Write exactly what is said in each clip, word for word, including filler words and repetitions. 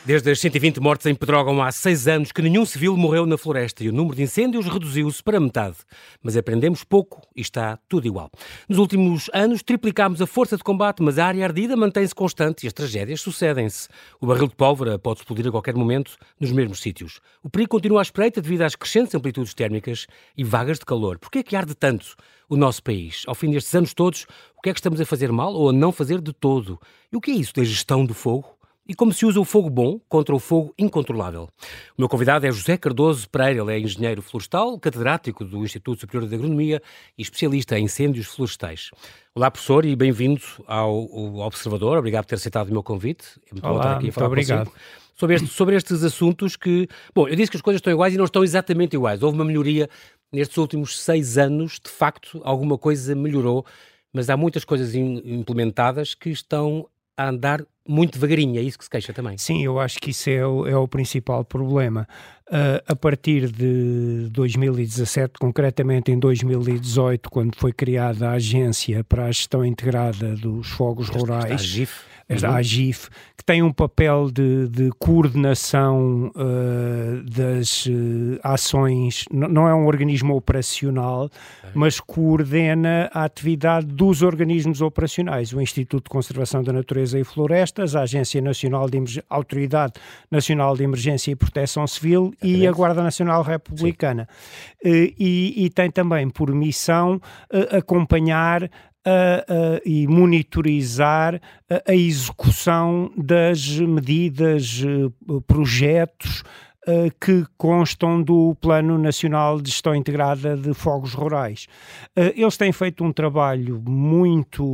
Desde as cento e vinte mortes em Pedrógão há seis anos que nenhum civil morreu na floresta e o número de incêndios reduziu-se para metade. Mas aprendemos pouco e está tudo igual. Nos últimos anos triplicámos a força de combate, mas a área ardida mantém-se constante e as tragédias sucedem-se. O barril de pólvora pode explodir a qualquer momento nos mesmos sítios. O perigo continua à espreita devido às crescentes amplitudes térmicas e vagas de calor. Por que é que arde tanto o nosso país? Ao fim destes anos todos, o que é que estamos a fazer mal ou a não fazer de todo? E o que é isso da gestão do fogo? E como se usa o fogo bom contra o fogo incontrolável? O meu convidado é José Cardoso Pereira, ele é engenheiro florestal, catedrático do Instituto Superior de Agronomia e especialista em incêndios florestais. Olá, professor, e bem-vindo ao, ao Observador. Obrigado por ter aceitado o meu convite. É muito Olá, bom estar aqui a falar muito obrigado. consigo. Sobre, este, sobre estes assuntos que... Bom, eu disse que as coisas estão iguais e não estão exatamente iguais. Houve uma melhoria nestes últimos seis anos. De facto, alguma coisa melhorou, mas há muitas coisas implementadas que estão a andar muito devagarinho, é isso que se queixa também? Sim, eu acho que isso é o, é o principal problema. Uh, a partir de dois mil e dezassete, concretamente em dois mil e dezoito, quando foi criada a Agência para a Gestão Integrada dos Fogos Esta, Rurais, esta AGIF, esta uhum. AGIF, que tem um papel de, de coordenação uh, das uh, ações, N- não é um organismo operacional, okay. mas coordena a atividade dos organismos operacionais, o Instituto de Conservação da Natureza e Florestas, a Agência Nacional de Emerg- Autoridade Nacional de Emergência e Proteção Civil Exatamente. E a Guarda Nacional Republicana. Uh, e, e tem também por missão uh, acompanhar Uh, uh, e monitorizar uh, a execução das medidas, uh, projetos uh, que constam do Plano Nacional de Gestão Integrada de Fogos Rurais. Uh, eles têm feito um trabalho muito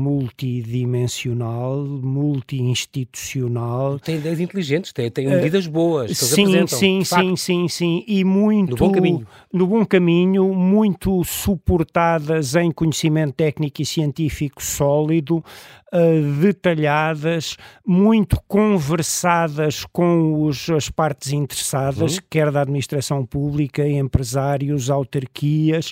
multidimensional, multi-institucional. Tem ideias inteligentes, tem, tem medidas boas. Que sim, eles apresentam, sim, sim, sim, sim, e muito... No bom caminho. No bom caminho, muito suportadas em conhecimento técnico e científico sólido, uh, detalhadas, muito conversadas com os, as partes interessadas, uhum. quer da administração pública, empresários, autarquias,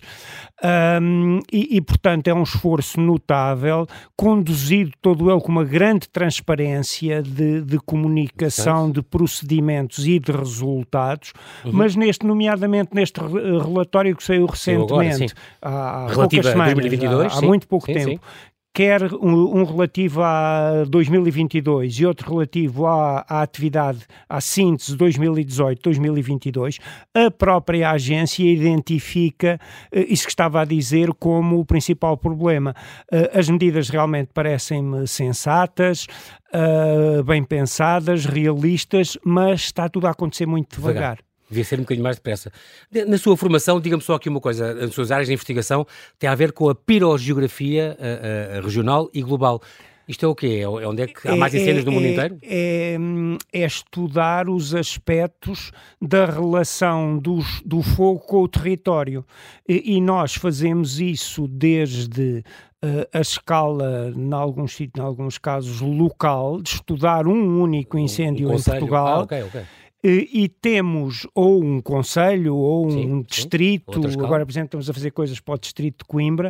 um, e, e, portanto, é um esforço notável, conduzido todo ele com uma grande transparência de, de comunicação, de procedimentos e de resultados, uhum. mas neste, nomeadamente neste relatório que saiu recentemente, agora, há, há poucas semanas, dois mil e vinte e dois, há, há muito pouco sim, tempo, sim. quer um, um relativo a dois mil e vinte e dois e outro relativo à, à atividade, à síntese dois mil e dezoito a dois mil e vinte e dois, a própria agência identifica uh, isso que estava a dizer como o principal problema. Uh, as medidas realmente parecem-me sensatas, uh, bem pensadas, realistas, mas está tudo a acontecer muito devagar. devagar. Devia ser um bocadinho mais depressa. Na sua formação, diga-me só aqui uma coisa, as suas áreas de investigação têm a ver com a pirogeografia a, a, a regional e global. Isto é o quê? É onde é que há mais incêndios é, no mundo é, inteiro? É, é estudar os aspectos da relação dos, do fogo com o território. E, e nós fazemos isso desde uh, a escala, em alguns, em alguns casos, local, de estudar um único incêndio um, um em Portugal. Ah, ok, ok. E, e temos ou um concelho ou um sim, distrito, sim. Agora, por exemplo, estamos a fazer coisas para o distrito de Coimbra,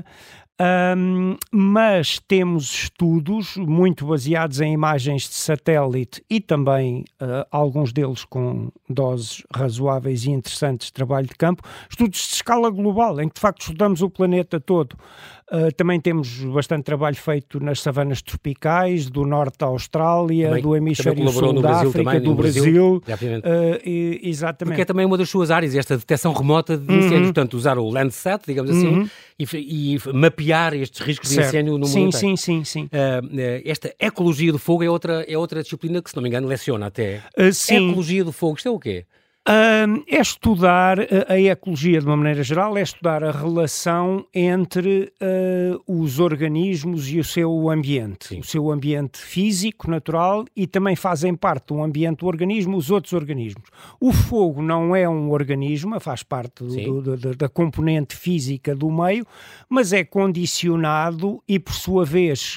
um, mas temos estudos muito baseados em imagens de satélite e também uh, alguns deles com doses razoáveis e interessantes de trabalho de campo, estudos de escala global, em que de facto estudamos o planeta todo. Uh, também temos bastante trabalho feito nas savanas tropicais, do norte da Austrália, também, do hemisfério sul da África, também, do Brasil. Brasil uh, e, exatamente. Porque é também uma das suas áreas, esta detecção remota de incêndios, uhum. portanto, usar o Landsat, digamos assim, uhum. e, e mapear estes riscos certo. de incêndio no mundo sim, inteiro. Sim, sim, sim. Uh, esta ecologia do fogo é outra, é outra disciplina que, se não me engano, leciona até. Uh, sim. Ecologia do fogo, isto é o quê? Uh, é estudar uh, a ecologia de uma maneira geral, é estudar a relação entre uh, os organismos e o seu ambiente, Sim. o seu ambiente físico, natural, e também fazem parte do ambiente do organismo os outros organismos. O fogo não é um organismo, faz parte do, do, do, da componente física do meio, mas é condicionado e, por sua vez,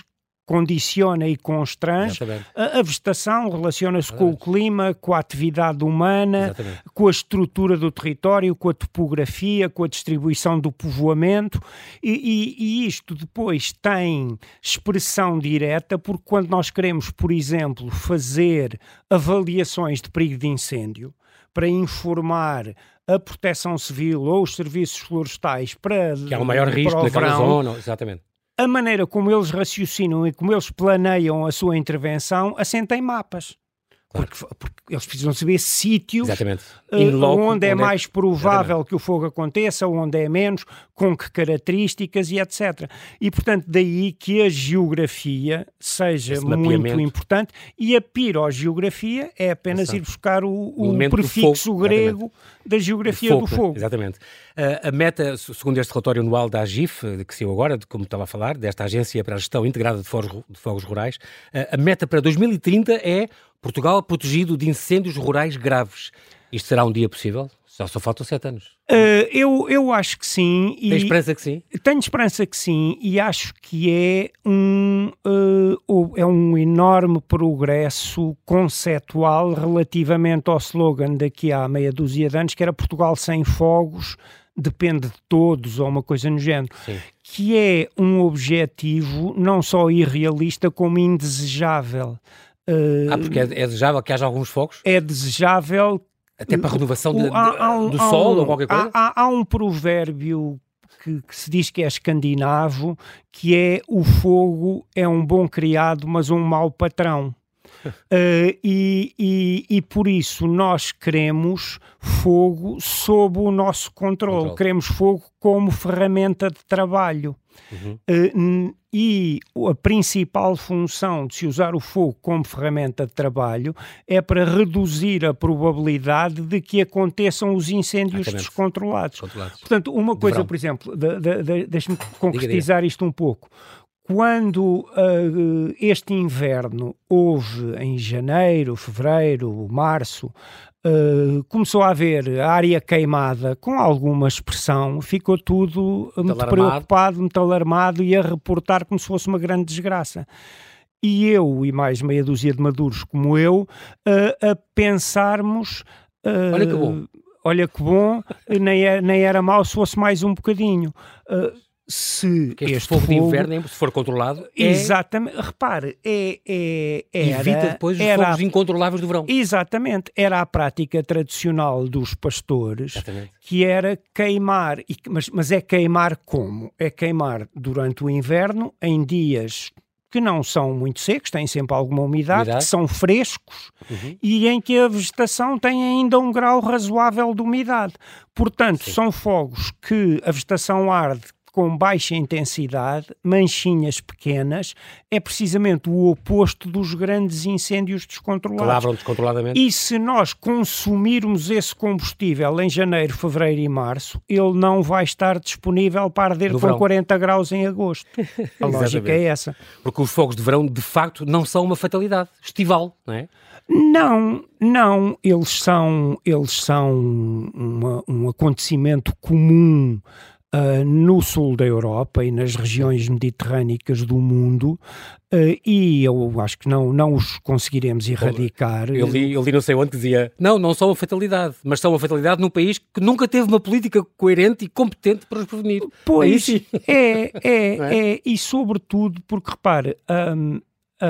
condiciona e constrange. A, a vegetação relaciona-se com o clima, com a atividade humana, Exatamente. Com a estrutura do território, com a topografia, com a distribuição do povoamento, e, e, e isto depois tem expressão direta, porque quando nós queremos, por exemplo, fazer avaliações de perigo de incêndio, para informar a Proteção Civil ou os serviços florestais para que há um maior risco naquela zona, exatamente. A maneira como eles raciocinam e como eles planeiam a sua intervenção assenta em mapas. Claro. Porque, porque eles precisam saber sítios uh, loco, onde é onde mais é... provável Exatamente. Que o fogo aconteça, onde é menos, com que características e etcétera. E, portanto, daí que a geografia seja Esse muito importante, e a pirogeografia é apenas Exato. Ir buscar o, o, o prefixo grego Exatamente. Da geografia do fogo. Do fogo. Exatamente. Uh, a meta, segundo este relatório anual da AGIF, de que saiu agora, de como estava a falar, desta Agência para a Gestão Integrada de Fogos, de fogos Rurais, uh, a meta para dois mil e trinta é Portugal protegido de incêndios rurais graves. Isto será um dia possível? Só, só faltam sete anos. Uh, eu, eu acho que sim. Tem esperança que sim? Tenho esperança que sim, e acho que é um, uh, é um enorme progresso conceptual relativamente ao slogan daqui a meia dúzia de anos, que era Portugal sem fogos, depende de todos, ou uma coisa no género. Sim. Que é um objetivo não só irrealista, como indesejável. Ah, porque é, é desejável que haja alguns fogos? É desejável... Até para a renovação de, de, há, há um, do sol um, ou qualquer coisa? Há, há, há um provérbio que, que se diz que é escandinavo, que é: o fogo é um bom criado, mas um mau patrão. uh, e, e, e por isso nós queremos fogo sob o nosso controle. Controle. Queremos fogo como ferramenta de trabalho. Uhum. Uh, e a principal função de se usar o fogo como ferramenta de trabalho é para reduzir a probabilidade de que aconteçam os incêndios Exatamente. Descontrolados. Controlados. Portanto, uma de coisa, verão. Por exemplo, de, de, de, deixe-me concretizar diga, diga. Isto um pouco. Quando uh, este inverno houve em janeiro, fevereiro, março, Uh, começou a haver a área queimada com alguma expressão, ficou tudo muito, muito preocupado, muito alarmado e a reportar como se fosse uma grande desgraça. E eu e mais meia dúzia de maduros como eu uh, a pensarmos uh, olha que bom, olha que bom nem, é, nem era mau se fosse mais um bocadinho. Uh, Se este, este fogo, fogo de inverno, se for controlado, é... Exatamente, repare, é, é, era, evita depois os era, fogos incontroláveis do verão. Exatamente, era a prática tradicional dos pastores, exatamente. Que era queimar, mas, mas é queimar como? É queimar durante o inverno, em dias que não são muito secos, têm sempre alguma umidade, umidade. Que são frescos, uhum. E em que a vegetação tem ainda um grau razoável de umidade. Portanto, Sim. São fogos que a vegetação arde com baixa intensidade, manchinhas pequenas, é precisamente o oposto dos grandes incêndios descontrolados. Que lavram descontroladamente. E se nós consumirmos esse combustível em janeiro, fevereiro e março, ele não vai estar disponível para arder com quarenta graus em agosto. A lógica é essa. Porque os fogos de verão, de facto, não são uma fatalidade estival, não é? Não, não. Eles são, eles são uma, um acontecimento comum Uh, no sul da Europa e nas regiões mediterrânicas do mundo, uh, e eu acho que não, não os conseguiremos erradicar. Eu li, eu li não sei onde que dizia, não, não são uma fatalidade, mas são uma fatalidade num país que nunca teve uma política coerente e competente para os prevenir. Pois, é, é, é, é, e sobretudo porque, repare, um,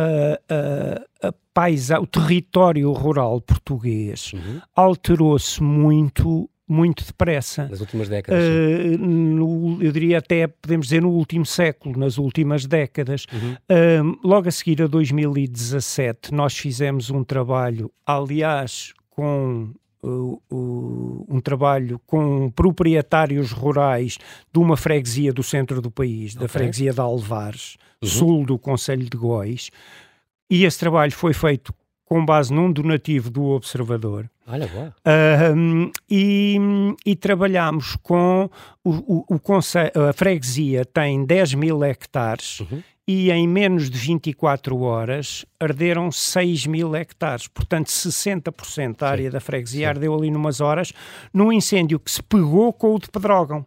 a, a, a paisa, o território rural português uhum. alterou-se muito muito depressa. Nas últimas décadas. Uh, no, eu diria até, podemos dizer, no último século, nas últimas décadas. Uhum. Uh, logo a seguir a dois mil e dezassete, nós fizemos um trabalho, aliás, com uh, uh, um trabalho com proprietários rurais de uma freguesia do centro do país, okay. Da freguesia de Alvares, uhum. Sul do concelho de Góis, e esse trabalho foi feito com base num donativo do Observador. Olha, boa. Uh, e, e trabalhámos com o, o, o conselho, a freguesia tem dez mil hectares uhum. e em menos de vinte e quatro horas arderam seis mil hectares. Portanto, sessenta por cento da área Sim. da freguesia Sim. ardeu ali numas horas, num incêndio que se pegou com o de Pedrógão.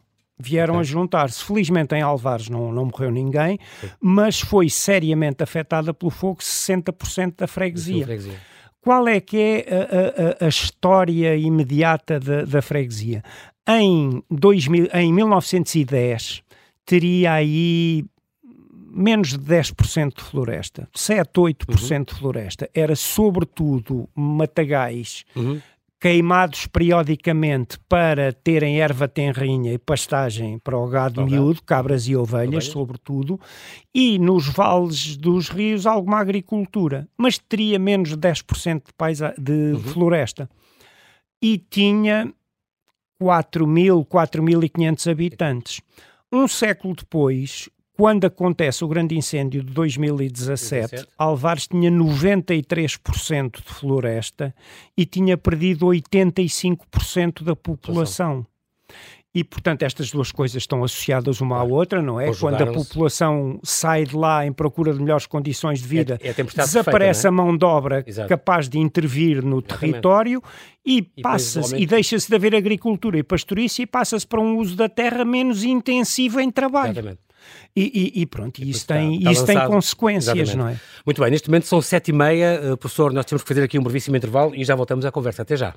vieram okay. a juntar-se. Felizmente em Alvares não, não morreu ninguém, Sim. mas foi seriamente afetada pelo fogo sessenta por cento da freguesia. freguesia. Qual é que é a, a, a história imediata da, da freguesia? Em, dois mil, em mil novecentos e dez teria aí menos de dez por cento de floresta, sete, oito por cento uhum. de floresta. Era sobretudo matagais uhum. queimados periodicamente para terem erva tenrinha e pastagem para o gado okay. miúdo, cabras e ovelhas, ovelhas, sobretudo, e nos vales dos rios alguma agricultura, mas teria menos de dez por cento de, paisa de uhum. floresta. E tinha quatro mil, quatro mil e quinhentos habitantes. Um século depois, quando acontece o grande incêndio de dois mil e dezassete, Alvares tinha noventa e três por cento de floresta e tinha perdido oitenta e cinco por cento da população. E, portanto, estas duas coisas estão associadas uma à outra, não é? Quando a população sai de lá em procura de melhores condições de vida, é, é desaparece perfeita, não é? A mão de obra Exato. Capaz de intervir no Exatamente. Território e, e passa-se, e deixa-se de haver agricultura e pastorícia e passa-se para um uso da terra menos intensivo em trabalho. Exatamente. E, e, e pronto, e isso, está, tem, está isso tem consequências, Exatamente. Não é? Muito bem, neste momento são sete e meia, uh, professor, nós temos que fazer aqui um brevíssimo intervalo e já voltamos à conversa. Até já.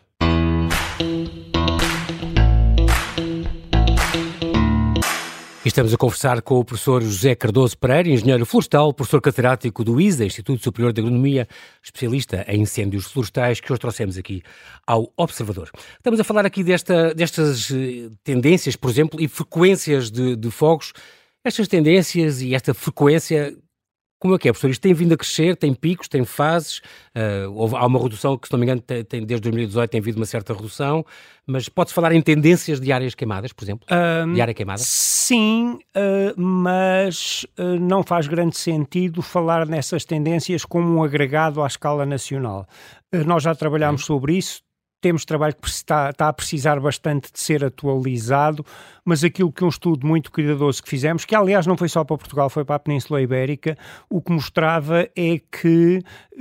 Estamos a conversar com o professor José Cardoso Pereira, engenheiro florestal, professor catedrático do I S A, Instituto Superior de Agronomia, especialista em incêndios florestais, que hoje trouxemos aqui ao Observador. Estamos a falar aqui desta, destas tendências, por exemplo, e frequências de, de fogos. Estas tendências e esta frequência, como é que é, professor? Isto tem vindo a crescer, tem picos, tem fases, uh, houve, há uma redução que, se não me engano, tem, tem, desde dois mil e dezoito tem havido uma certa redução, mas pode-se falar em tendências de áreas queimadas, por exemplo? Um, de área queimada? Sim, uh, mas uh, não faz grande sentido falar nessas tendências como um agregado à escala nacional. Uh, nós já trabalhámos é. sobre isso. Temos trabalho que está, está a precisar bastante de ser atualizado, mas aquilo que um estudo muito cuidadoso que fizemos, que aliás não foi só para Portugal, foi para a Península Ibérica, o que mostrava é que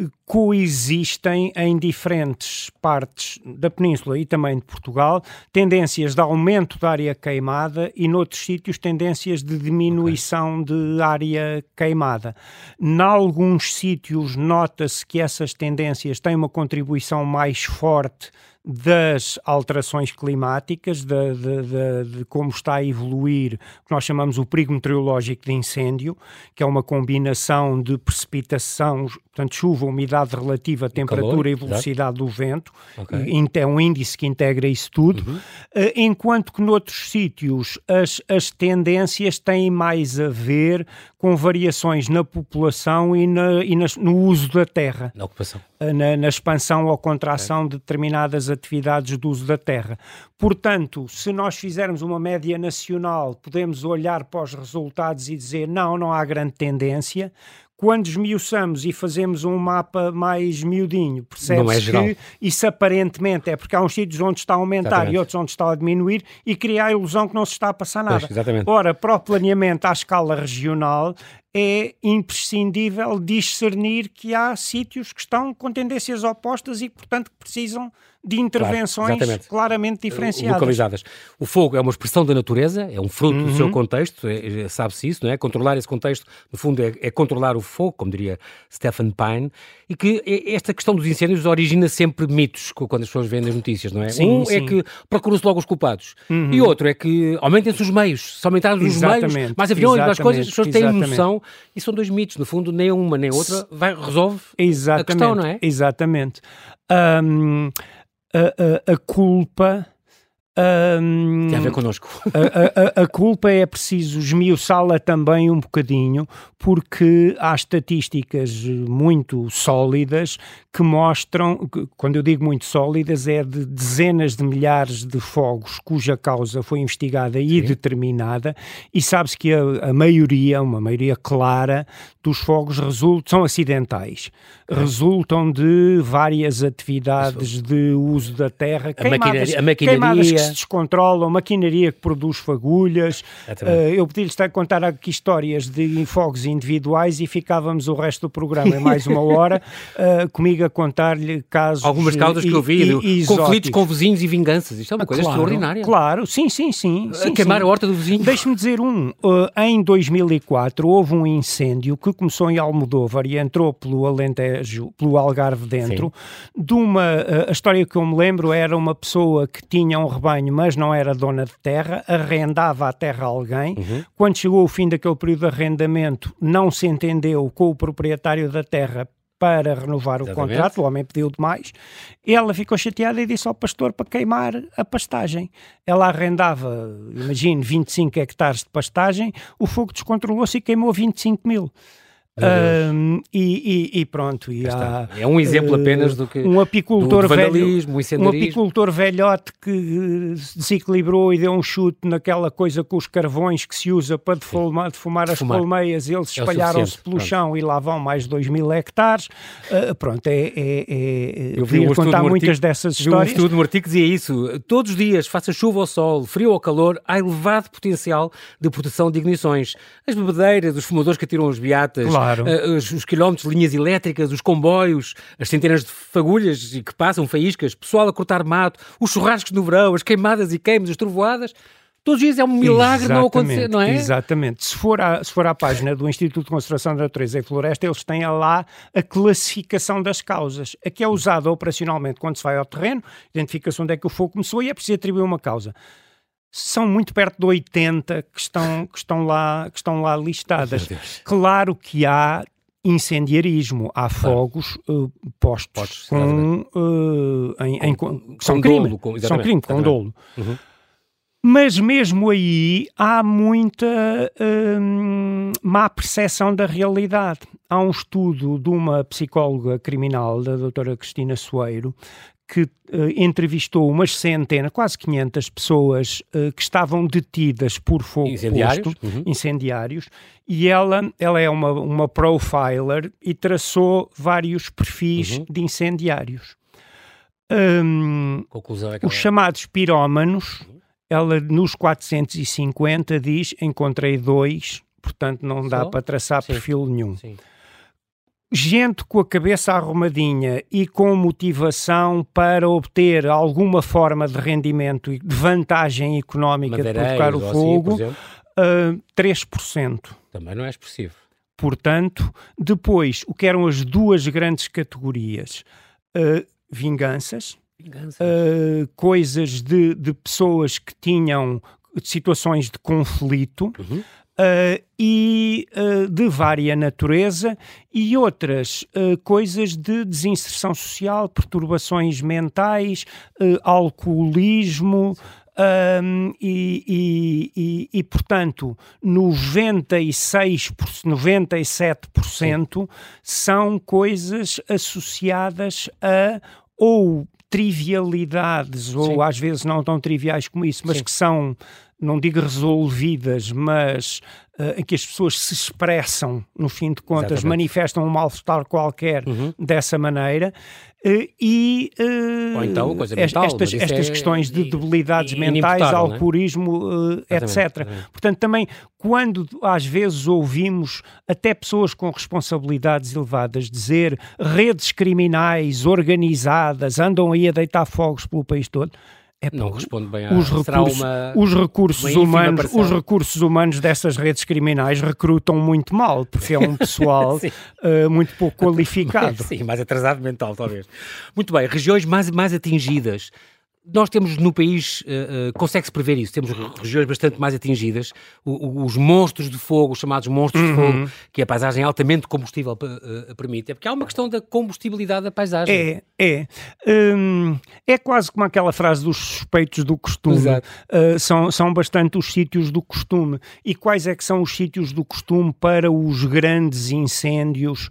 coexistem em diferentes partes da Península e também de Portugal tendências de aumento da área queimada e noutros sítios tendências de diminuição okay. de área queimada. Em alguns sítios nota-se que essas tendências têm uma contribuição mais forte das alterações climáticas, de, de, de, de como está a evoluir o que nós chamamos o perigo meteorológico de incêndio, que é uma combinação de precipitação, portanto chuva, umidade relativa, temperatura calor, e velocidade exato. Do vento, okay. é um índice que integra isso tudo, uhum. enquanto que noutros sítios as, as tendências têm mais a ver com variações na população e, na, e nas, no uso da terra. Na ocupação. Na, na expansão ou contração é. de determinadas atividades do uso da terra. Portanto, se nós fizermos uma média nacional, podemos olhar para os resultados e dizer não, não há grande tendência. Quando esmiuçamos e fazemos um mapa mais miudinho, percebe-se é que isso aparentemente é porque há uns sítios onde está a aumentar exatamente. E outros onde está a diminuir e cria a ilusão que não se está a passar nada. Pois, Ora, para o planeamento à escala regional, é imprescindível discernir que há sítios que estão com tendências opostas e, portanto, que precisam de intervenções claro, claramente diferenciadas. Localizadas. O fogo é uma expressão da natureza, é um fruto uhum. do seu contexto, é, sabe-se isso, não é? Controlar esse contexto, no fundo, é, é controlar o fogo, como diria Stephen Pine, e que esta questão dos incêndios origina sempre mitos, quando as pessoas veem nas notícias, não é? Sim, um sim. é que procuram-se logo os culpados, uhum. e outro é que aumentem-se os meios, se aumentarem os meios, mais aviões, mais coisas, as pessoas têm noção, e são dois mitos, no fundo, nem uma nem outra vai, resolve exatamente. A questão, não é? Exatamente. Um, a, a, a culpa... Um, Tem a ver connosco. a, a, a culpa é preciso esmiuçá-la também um bocadinho, porque há estatísticas muito sólidas que mostram, que, quando eu digo muito sólidas, é de dezenas de milhares de fogos cuja causa foi investigada e Sim. determinada, e sabe-se que a, a maioria, uma maioria clara, dos fogos resultam, são acidentais. É. Resultam de várias atividades de uso da terra, a queimadas, maquinaria, a maquinaria, queimadas que se descontrolam, maquinaria que produz fagulhas. Uh, eu podia-lhes contar aqui histórias de fogos individuais e ficávamos o resto do programa em mais uma hora uh, comigo a contar-lhe casos. Algumas causas e, que eu vi, e, e conflitos com vizinhos e vinganças. Isto é uma coisa claro, extraordinária. Claro, sim, sim, sim. sim queimar sim. a horta do vizinho. Deixe-me dizer um. Uh, em dois mil e quatro houve um incêndio que começou em Almodóvar e entrou pelo Alentejo, pelo Algarve dentro, sim. de uma... Uh, a história que eu me lembro era uma pessoa que tinha um rebanho, mas não era dona de terra, arrendava a terra a alguém. Uhum. Quando chegou o fim daquele período de arrendamento, não se entendeu com o proprietário da terra para renovar o Exatamente. contrato, o homem pediu demais, ela ficou chateada e disse ao pastor para queimar a pastagem. Ela arrendava, imagine, vinte e cinco hectares de pastagem, o fogo descontrolou-se e queimou vinte e cinco mil. Um, e, e, e pronto e há, é um exemplo uh, apenas do que um apicultor do vandalismo, velho, um apicultor velhote que se desequilibrou e deu um chute naquela coisa com os carvões que se usa para defumar, defumar as Defumar. colmeias, eles espalharam-se pelo pronto. chão e lá vão mais de dois mil hectares. Uh, pronto, é, é, é eu vi um contar muitas artigo, vi dessas histórias. Um estudo no artigo que dizia isso: todos os dias, faça chuva ou sol, frio ou calor, há elevado potencial de proteção de ignições. As bebedeiras, os fumadores que atiram as beatas, claro. Claro. Uh, os, os quilómetros de linhas elétricas, os comboios, as centenas de fagulhas e que passam, faíscas, pessoal a cortar mato, os churrascos no verão, as queimadas e queimas, as trovoadas. Todos os dias é um milagre exatamente, não acontecer, não é? Exatamente. Se for, à, se for à página do Instituto de Conservação da Natureza e Floresta, eles têm lá a classificação das causas. A que é usada operacionalmente quando se vai ao terreno, identifica-se onde é que o fogo começou e é preciso atribuir uma causa. São muito perto de oitenta que estão, que estão, lá, que estão lá listadas. Claro que há incendiarismo, há fogos uh, postos Podes, com, uh, em, com, em, com, são, crime, dolo, com, são crime, com dolo. Uhum. Mas mesmo aí há muita hum, má percepção da realidade. Há um estudo de uma psicóloga criminal, da doutora Cristina Soeiro, que uh, entrevistou umas centenas, quase quinhentas pessoas uh, que estavam detidas por fogo incendiários, posto, uhum. incendiários, e ela, ela é uma, uma profiler e traçou vários perfis uhum. de incendiários. Um, Conclusão é que os ela... chamados pirómanos, uhum. ela nos quatrocentos e cinquenta diz, encontrei dois, portanto não dá Só? para traçar Sim. perfil nenhum. Sim. Gente com a cabeça arrumadinha e com motivação para obter alguma forma de rendimento e de vantagem económica de provocar o fogo, assim, uh, três por cento. Também não é expressivo. Portanto, depois, o que eram as duas grandes categorias? Uh, vinganças, vinganças. Uh, coisas de, de pessoas que tinham situações de conflito, uhum. Uh, e uh, de vária natureza e outras uh, coisas de desinserção social, perturbações mentais, uh, alcoolismo um, e, e, e, e, portanto, noventa e seis por cento, noventa e sete por cento são coisas associadas a ou trivialidades, Sim. ou às vezes não tão triviais como isso, mas Sim. que são, não digo resolvidas, mas uh, em que as pessoas se expressam, no fim de contas, Exatamente. manifestam um mal-estar qualquer uhum. dessa maneira, uh, e uh, Ou então, coisa mental, estas, estas é, questões de debilidades mentais, alcoolismo, uh, etcétera. Exatamente. Portanto, também, quando às vezes ouvimos até pessoas com responsabilidades elevadas dizer redes criminais organizadas andam aí a deitar fogos pelo país todo, É, não responde bem a... Os recursos, uma, os, recursos humanos, os recursos humanos dessas redes criminais recrutam muito mal, porque é um pessoal uh, muito pouco qualificado. Sim, mais atrasado mental, talvez. Muito bem, regiões mais, mais atingidas. Nós temos no país, uh, uh, consegue-se prever isso, temos regiões bastante mais atingidas, o, o, os monstros de fogo, os chamados monstros uhum. de fogo, que a paisagem altamente combustível uh, permite. É porque há uma questão da combustibilidade da paisagem. É, é. Hum, é quase como aquela frase dos suspeitos do costume. Exato. Uh, são, são bastante os sítios do costume. E quais é que são os sítios do costume para os grandes incêndios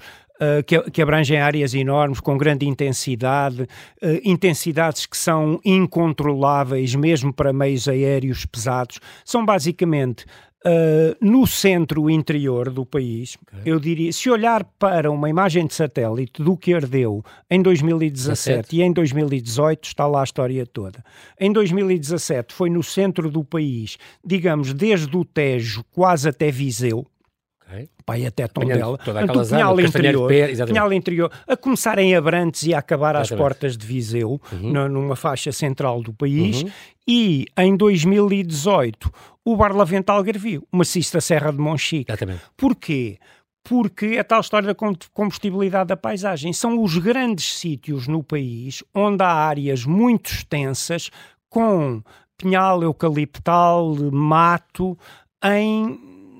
uh, que, que abrangem áreas enormes, com grande intensidade, uh, intensidades que são incontroláveis mesmo para meios aéreos pesados. São basicamente Uh, no centro interior do país, okay. eu diria, se olhar para uma imagem de satélite do que ardeu em dois mil e dezassete dezessete. E em dois mil e dezoito, está lá a história toda. Em dois mil e dezassete foi no centro do país, digamos, desde o Tejo quase até Viseu, okay. Pai, até Tondela, o Pinhal interior, Pinhal interior, a começar em Abrantes e a acabar às portas de Viseu, uhum. na, numa faixa central do país, uhum. e em dois mil e dezoito o Barlavento Algarvio, o maciço da Serra de Monchique. Exatamente. Porquê? Porque é tal história da combustibilidade da paisagem. São os grandes sítios no país onde há áreas muito extensas com pinhal eucaliptal, mato, em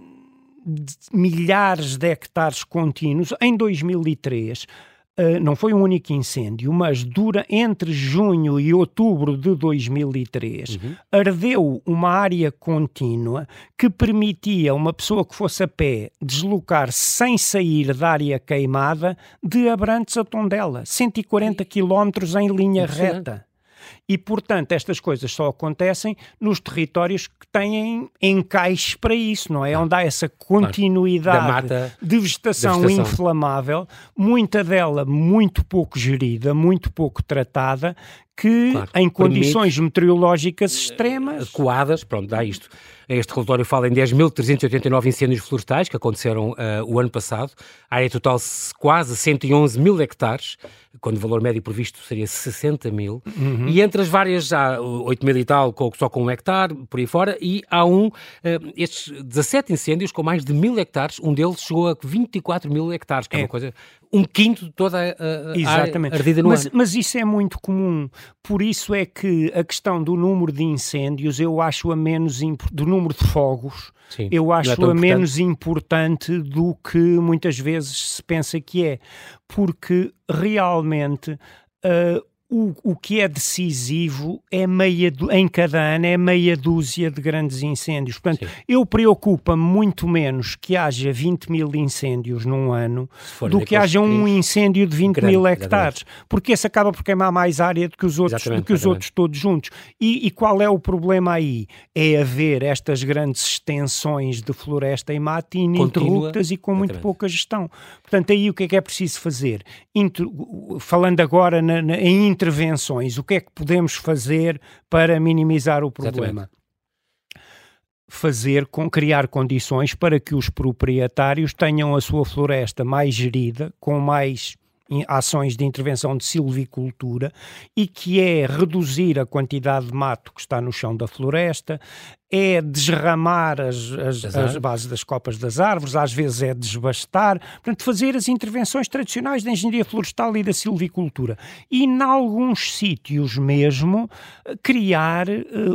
milhares de hectares contínuos. Em dois mil e três, uh, não foi um único incêndio, mas dura entre junho e outubro de dois mil e três, uhum. ardeu uma área contínua que permitia uma pessoa que fosse a pé deslocar-se sem sair da área queimada de Abrantes a Tondela, cento e quarenta quilómetros em linha reta. E, portanto, estas coisas só acontecem nos territórios que têm encaixe para isso, não é? Ah, Onde há essa continuidade claro. mata, de vegetação, vegetação inflamável, muita dela muito pouco gerida, muito pouco tratada, que claro. em condições Permite, meteorológicas extremas... adequadas, pronto, dá isto. Este relatório fala em dez mil trezentos e oitenta e nove incêndios florestais que aconteceram uh, o ano passado, a área total quase cento e onze mil hectares, quando o valor médio previsto seria sessenta mil, uhum. e entre as várias há oito mil e tal, só com um hectare, por aí fora, e há um, uh, estes dezassete incêndios com mais de mil hectares, um deles chegou a vinte e quatro mil hectares, que é, é uma coisa, um quinto de toda a, a Exatamente. área ardida no mas, ano. Mas isso é muito comum, por isso é que a questão do número de incêndios, eu acho a menos, do número de fogos, Sim, eu acho é a menos importante do que muitas vezes se pensa que é, porque realmente uh, o, o que é decisivo é meia, em cada ano é meia dúzia de grandes incêndios. Portanto, Sim. eu preocupa-me muito menos que haja vinte mil incêndios num ano do que haja um incêndio de vinte mil hectares, exatamente. Porque esse acaba por queimar mais área do que os outros, do que os outros todos juntos. E, e qual é o problema aí? É haver estas grandes extensões de floresta e mato ininterruptas e com muito exatamente. pouca gestão. Portanto, aí o que é que é preciso fazer? Inter... Falando agora na, na, em intervenções, o que é que podemos fazer para minimizar o problema? Exatamente. Fazer, com, criar condições para que os proprietários tenham a sua floresta mais gerida, com mais ações de intervenção de silvicultura, e que é reduzir a quantidade de mato que está no chão da floresta, é desramar as, as, as bases das copas das árvores, às vezes é desbastar, portanto fazer as intervenções tradicionais da engenharia florestal e da silvicultura. E em alguns sítios mesmo criar,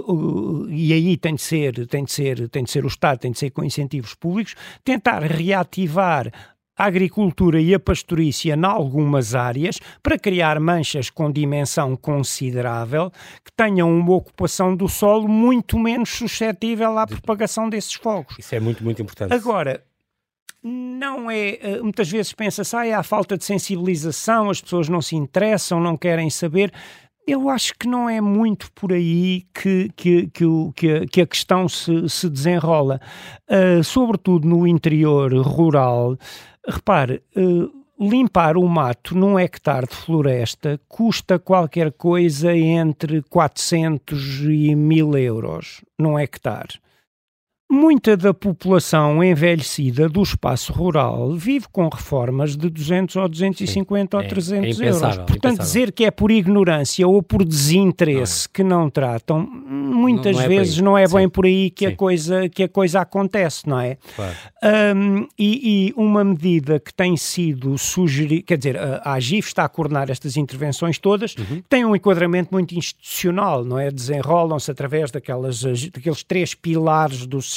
uh, e aí tem de ser, tem de ser, tem de ser o Estado, tem de ser com incentivos públicos, tentar reativar a agricultura e a pastorícia em algumas áreas para criar manchas com dimensão considerável que tenham uma ocupação do solo muito menos suscetível à propagação desses fogos. Isso é muito, muito importante. Agora, não é, muitas vezes pensa-se, ah, é a falta de sensibilização, as pessoas não se interessam, não querem saber. Eu acho que não é muito por aí que, que, que, que, que a questão se, se desenrola. Uh, sobretudo no interior rural, repare, uh, limpar o mato num hectare de floresta custa qualquer coisa entre quatrocentos e mil euros num hectare. Muita da população envelhecida do espaço rural vive com reformas de duzentos ou duzentos e cinquenta Sim, ou trezentos é, é euros. Portanto, impensável. Dizer que é por ignorância ou por desinteresse não é. que não tratam, muitas não, não vezes é não é Sim. bem por aí que a, coisa, que a coisa acontece, não é? Claro. Um, e, e uma medida que tem sido sugerida, quer dizer, a AGIF está a coordenar estas intervenções todas, uhum. tem um enquadramento muito institucional, não é? Desenrolam-se através daquelas, daqueles três pilares do sistema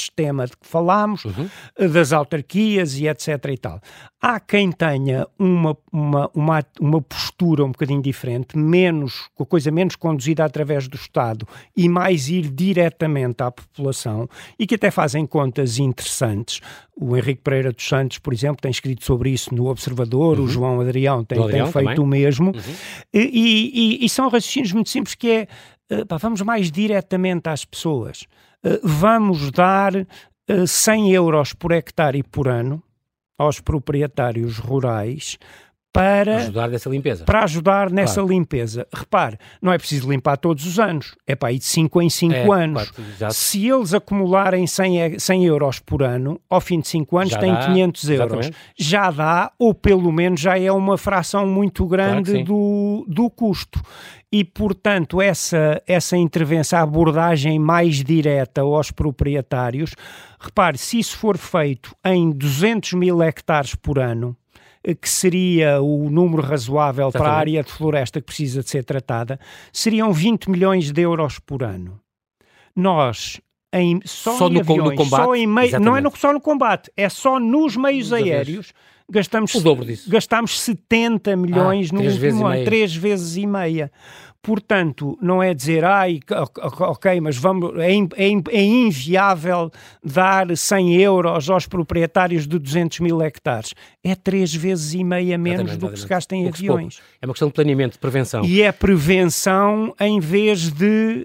sistema de que falámos, uhum. das autarquias e etc e tal. Há quem tenha uma, uma, uma, uma postura um bocadinho diferente, menos, com a coisa menos conduzida através do Estado e mais ir diretamente à população e que até fazem contas interessantes. O Henrique Pereira dos Santos, por exemplo, tem escrito sobre isso no Observador, uhum. o João Adrião tem, Adrião, tem feito também. o mesmo. Uhum. E, e, e são raciocínios muito simples que é, uh, pá, vamos mais diretamente às pessoas. Uh, vamos dar uh, cem euros por hectare e por ano aos proprietários rurais para ajudar nessa limpeza. Para ajudar nessa claro. limpeza. Repare, não é preciso limpar todos os anos, é para ir de cinco em cinco é, anos. Claro, se eles acumularem cem euros por ano, ao fim de cinco anos já têm dá, quinhentos euros. Exatamente. Já dá, ou pelo menos já é uma fração muito grande claro do, do custo. E, portanto, essa, essa intervenção, a abordagem mais direta aos proprietários, repare, se isso for feito em duzentos mil hectares por ano, que seria o número razoável Exatamente. para a área de floresta que precisa de ser tratada, seriam vinte milhões de euros por ano. Nós, em, só, só em no, aviões, no combate, só em mei, não é no, só no combate, é só nos meios Exatamente. aéreos, gastamos, o dobro disso. gastamos setenta milhões ah, no último ano, três vezes e meia. Portanto, não é dizer, ai, ok, mas vamos, é, é, é inviável dar cem euros aos proprietários de duzentos mil hectares. É três vezes e meia menos exatamente, do que se gasta em aviões. É uma questão de planeamento, de prevenção. E é prevenção em vez de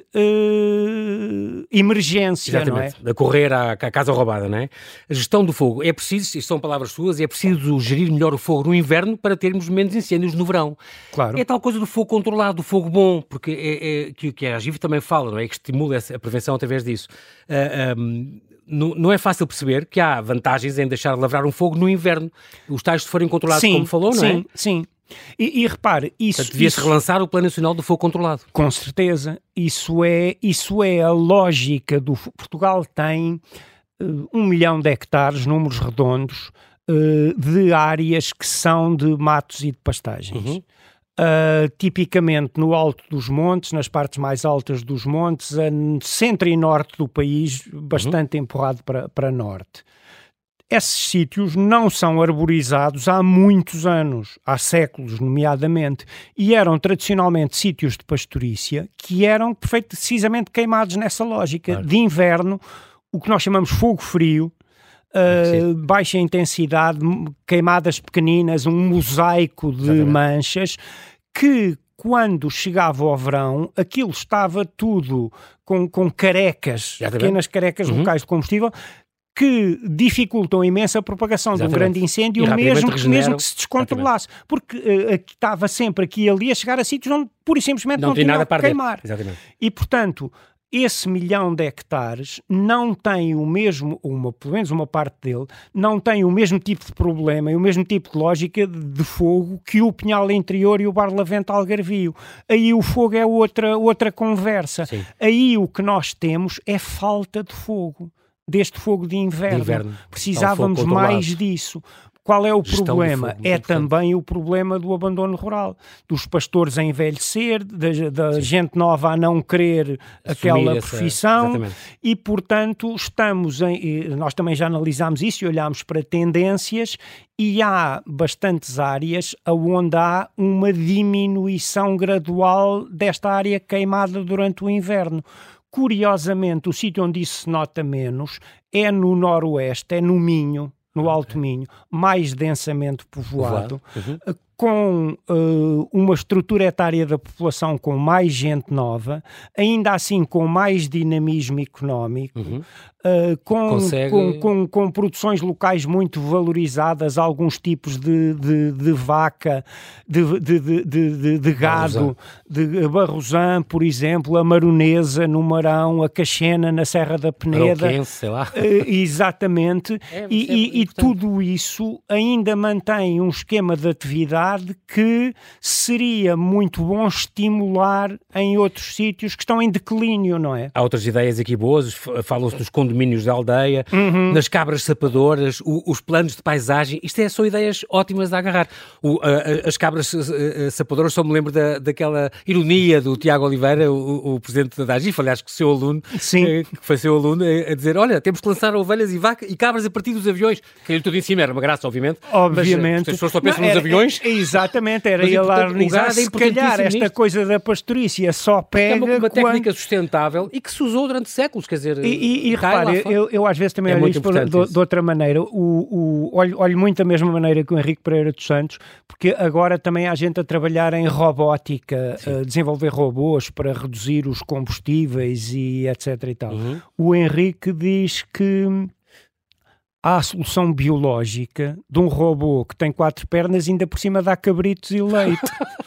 uh, emergência, exatamente, não é? De correr à, à casa roubada, não é? A gestão do fogo. É preciso, isto são palavras suas, é preciso gerir melhor o fogo no inverno para termos menos incêndios no verão. Claro. É tal coisa do fogo controlado, do fogo bom, porque é, é, que, que a AGIV também fala, não é? Que estimula essa, a prevenção através disso. Uh, um, não, não é fácil perceber que há vantagens em deixar lavrar um fogo no inverno. Os tais se forem controlados, sim, como falou, não sim, é? Sim, sim. E, e repare, isso... Portanto, devia-se relançar o Plano Nacional do Fogo Controlado. Com certeza. Isso é, isso é a lógica do... Portugal tem uh, um milhão de hectares, números redondos, uh, de áreas que são de matos e de pastagens. Uhum. Uh, tipicamente no alto dos montes, nas partes mais altas dos montes, uh, centro e norte do país, bastante uhum. empurrado para, para norte. Esses sítios não são arborizados há muitos anos, há séculos, nomeadamente, e eram tradicionalmente sítios de pastorícia que eram precisamente queimados nessa lógica claro. de inverno, o que nós chamamos fogo frio, Uh, baixa intensidade, queimadas pequeninas, um mosaico de Exatamente. manchas, que quando chegava ao verão, aquilo estava tudo com, com carecas, Exatamente. pequenas carecas uhum. locais de combustível, que dificultam imenso a propagação Exatamente. de um grande incêndio, mesmo, mesmo que se descontrolasse. Exatamente. Porque uh, estava sempre aqui e ali a chegar a sítios onde pura e simplesmente não, não tinha nada para queimar. Exatamente. E, portanto... Esse milhão de hectares não tem o mesmo, uma, pelo menos uma parte dele, não tem o mesmo tipo de problema e o mesmo tipo de lógica de, de fogo que o Pinhal Interior e o Barlavento Algarvio. Aí o fogo é outra, outra conversa. Sim. Aí o que nós temos é falta de fogo, deste fogo de inverno. De inverno. Precisávamos mais disso. Qual é o Gestão problema? Fogo, é também o problema do abandono rural, dos pastores a envelhecer, da, da gente nova a não querer Assumir aquela essa, profissão exatamente. e, portanto, estamos em, nós também já analisámos isso e olhámos para tendências e há bastantes áreas onde há uma diminuição gradual desta área queimada durante o inverno. Curiosamente, o sítio onde isso se nota menos é no noroeste, é no Minho, no Alto Minho, mais densamente povoado, uhum. com uh, uma estrutura etária da população com mais gente nova, ainda assim com mais dinamismo económico, uhum. uh, com, Consegue... com, com, com produções locais muito valorizadas, alguns tipos de, de, de vaca, de, de, de, de, de gado, de barrosã, por exemplo, a maronesa no Marão, a caxena na Serra da Peneda. Aroquense, sei lá. Uh, exatamente. É, e, e, e tudo isso ainda mantém um esquema de atividade possibilidade que seria muito bom estimular em outros sítios que estão em declínio, não é? Há outras ideias aqui boas, falam-se nos condomínios da aldeia, uhum. nas cabras sapadoras, o, os planos de paisagem, isto é só ideias ótimas a agarrar. O, a, as cabras sapadoras, só me lembro da, daquela ironia do Tiago Oliveira, o, o presidente da AGIF, aliás, que seu aluno, Sim. que foi seu aluno, a dizer, olha, temos que lançar ovelhas e, vaca, e cabras a partir dos aviões, que ele tudo em cima era uma graça, obviamente, obviamente. Mas as pessoas só pensam não, nos era, aviões. É, exatamente, era ele a harmonizar, se calhar esta nisto. Coisa da pastorícia só pega é uma, uma quando... técnica sustentável e que se usou durante séculos, quer dizer... E, e, e repare, eu, eu às vezes também é olho isto de, de outra maneira, o, o, olho, olho muito da mesma maneira que o Henrique Pereira dos Santos, porque agora também há gente a trabalhar em robótica, a desenvolver robôs para reduzir os combustíveis e etc e tal. Uhum. O Henrique diz que há a solução biológica de um robô que tem quatro pernas e ainda por cima dá cabritos e leite.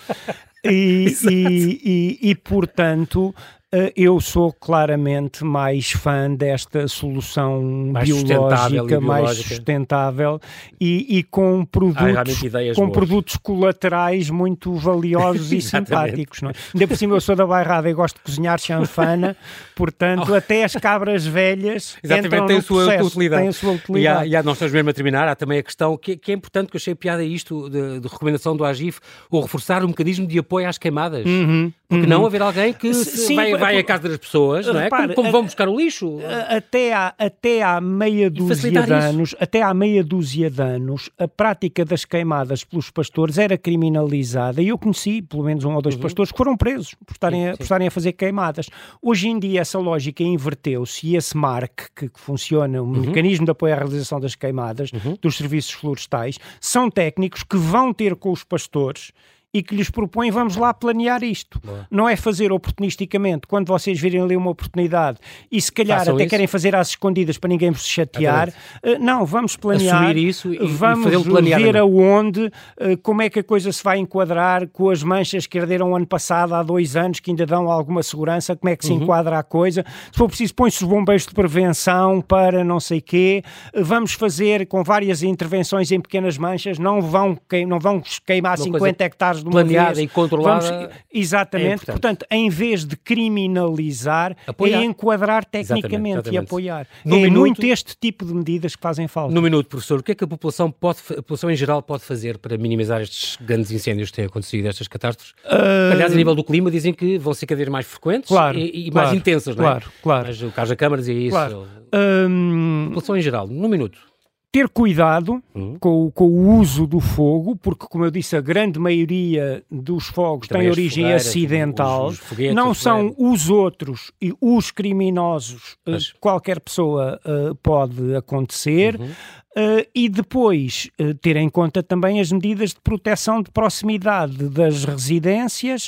e, e, e, e, portanto, eu sou claramente mais fã desta solução mais biológica, sustentável mais sustentável e, e com, produtos, com produtos colaterais muito valiosos e simpáticos. Não é? Ainda por cima eu sou da Bairrada e gosto de cozinhar chanfana, portanto oh. até as cabras velhas entram tem no a sua processo, utilidade. Têm a sua utilidade. E, há, e há, nós estamos mesmo a terminar, há também a questão que, que é importante, que eu achei piada isto, de, de recomendação do AGIF, ou reforçar o mecanismo de apoio às queimadas. Uhum. Porque uhum. não haver alguém que Sim, vai, vai à casa das pessoas, não é? Repare, como, como vão buscar o lixo. Até há, até há meia dúzia de anos, até há meia dúzia de anos, a prática das queimadas pelos pastores era criminalizada e eu conheci pelo menos um ou dois uhum. pastores que foram presos por estarem, sim, a, por estarem a fazer queimadas. Hoje em dia essa lógica inverteu-se e esse M A R C, que, que funciona, o um uhum. mecanismo de apoio à realização das queimadas, uhum. dos serviços florestais, são técnicos que vão ter com os pastores e que lhes propõem, vamos lá planear isto. Boa. Não é fazer oportunisticamente, quando vocês virem ali uma oportunidade e se calhar Façam até isso. Querem fazer às escondidas para ninguém vos chatear. Uh, não, vamos planear. Assumir isso e, vamos e ver aonde, uh, como é que a coisa se vai enquadrar com as manchas que arderam ano passado, há dois anos, que ainda dão alguma segurança, como é que se uhum. enquadra a coisa. Se for preciso, põe-se os bombeiros de prevenção para não sei quê. Uh, vamos fazer com várias intervenções em pequenas manchas, não vão, queim, não vão queimar uma cinquenta hectares de uma planeada vez. E controlada. Vamos, exatamente. É Portanto, em vez de criminalizar, apoiar. É enquadrar tecnicamente exatamente, exatamente. E apoiar. No é minuto, muito este tipo de medidas que fazem falta. No minuto, professor, o que é que a população, pode, a população em geral pode fazer para minimizar estes grandes incêndios que têm acontecido, estas catástrofes? Uh... Aliás, a nível do clima, dizem que vão ser cada vez mais frequentes claro, e, e claro, mais intensas, não é? Claro, claro. Mas o caso da Câmara dizia isso. Claro. Um... A população em geral, no minuto. Ter cuidado uhum. com, com o uso do fogo, porque, como eu disse, a grande maioria dos fogos tem origem acidental. Os, os foguetes, não são os outros e os criminosos, Mas... qualquer pessoa uh, pode acontecer. Uhum. Uh, e depois uh, ter em conta também as medidas de proteção de proximidade das residências,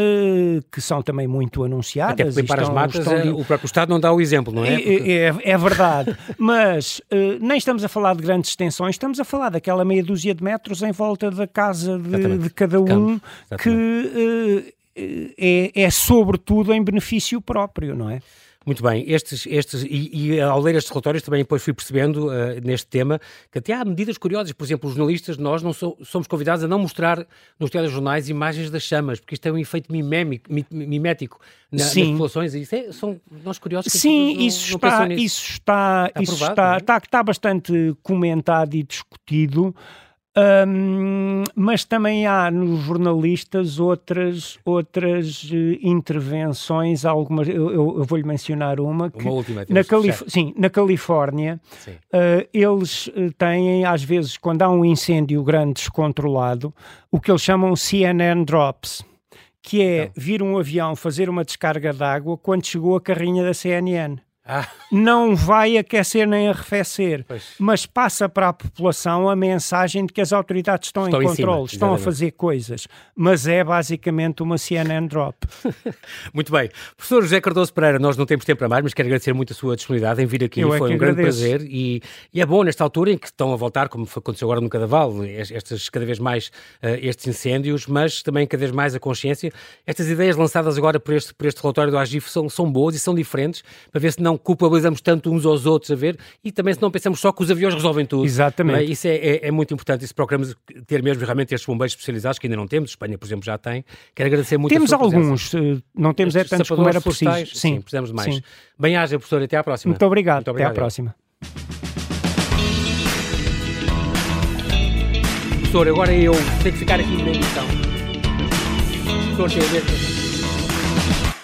uh, que são também muito anunciadas. Até porque para as matas é, de... o próprio Estado não dá o exemplo, não é? Porque... É, é, é verdade, mas uh, nem estamos a falar de grandes extensões, estamos a falar daquela meia dúzia de metros em volta da casa de, de cada um, que uh, é, é sobretudo em benefício próprio, não é? Muito bem, estes, estes, e, e ao ler estes relatórios também depois fui percebendo uh, neste tema que até há medidas curiosas. Por exemplo, os jornalistas, nós não so, somos convidados a não mostrar nos telejornais imagens das chamas, porque isto tem um efeito mimémico, mimético na, nas populações. Isso é, são nós curiosos que Sim, não, isso, não está, isso, está, está, isso aprovado, está, é? está, está bastante comentado e discutido. Um, mas também há nos jornalistas outras, outras uh, intervenções, algumas, eu, eu, eu vou-lhe mencionar uma, que uma última, na, Calif- sim, na Califórnia uh, eles uh, têm, às vezes, quando há um incêndio grande descontrolado, o que eles chamam C N N Drops, que é então. vir um avião fazer uma descarga de água quando chegou a carrinha da C N N. Ah. Não vai aquecer nem arrefecer, pois. Mas passa para a população a mensagem de que as autoridades estão, estão em controle, em cima, estão a fazer coisas, mas é basicamente uma C N N drop. Muito bem. Professor José Cardoso Pereira, nós não temos tempo para mais, mas quero agradecer muito a sua disponibilidade em vir aqui, Eu foi é um grande agradeço. prazer e, e é bom nesta altura em que estão a voltar, como aconteceu agora no Cadaval, estes, cada vez mais uh, estes incêndios, mas também cada vez mais a consciência. Estas ideias lançadas agora por este, por este relatório do AGIF são, são boas e são diferentes, para ver se não não culpabilizamos tanto uns aos outros a ver, e também se não pensamos só que os aviões resolvem tudo. Exatamente. É? Isso é, é, é muito importante, e se procuramos ter mesmo realmente estes bombeiros especializados, que ainda não temos, Espanha, por exemplo, já tem. Quero agradecer muito temos a sua alguns, presença. não temos é tantos como era preciso. Sim, sim, precisamos de mais. Sim. Bem-aja, professor, até à próxima. Muito obrigado, muito obrigado. Até à próxima. Professor, agora eu tenho que ficar aqui na emissão. Professor, tem a ver com...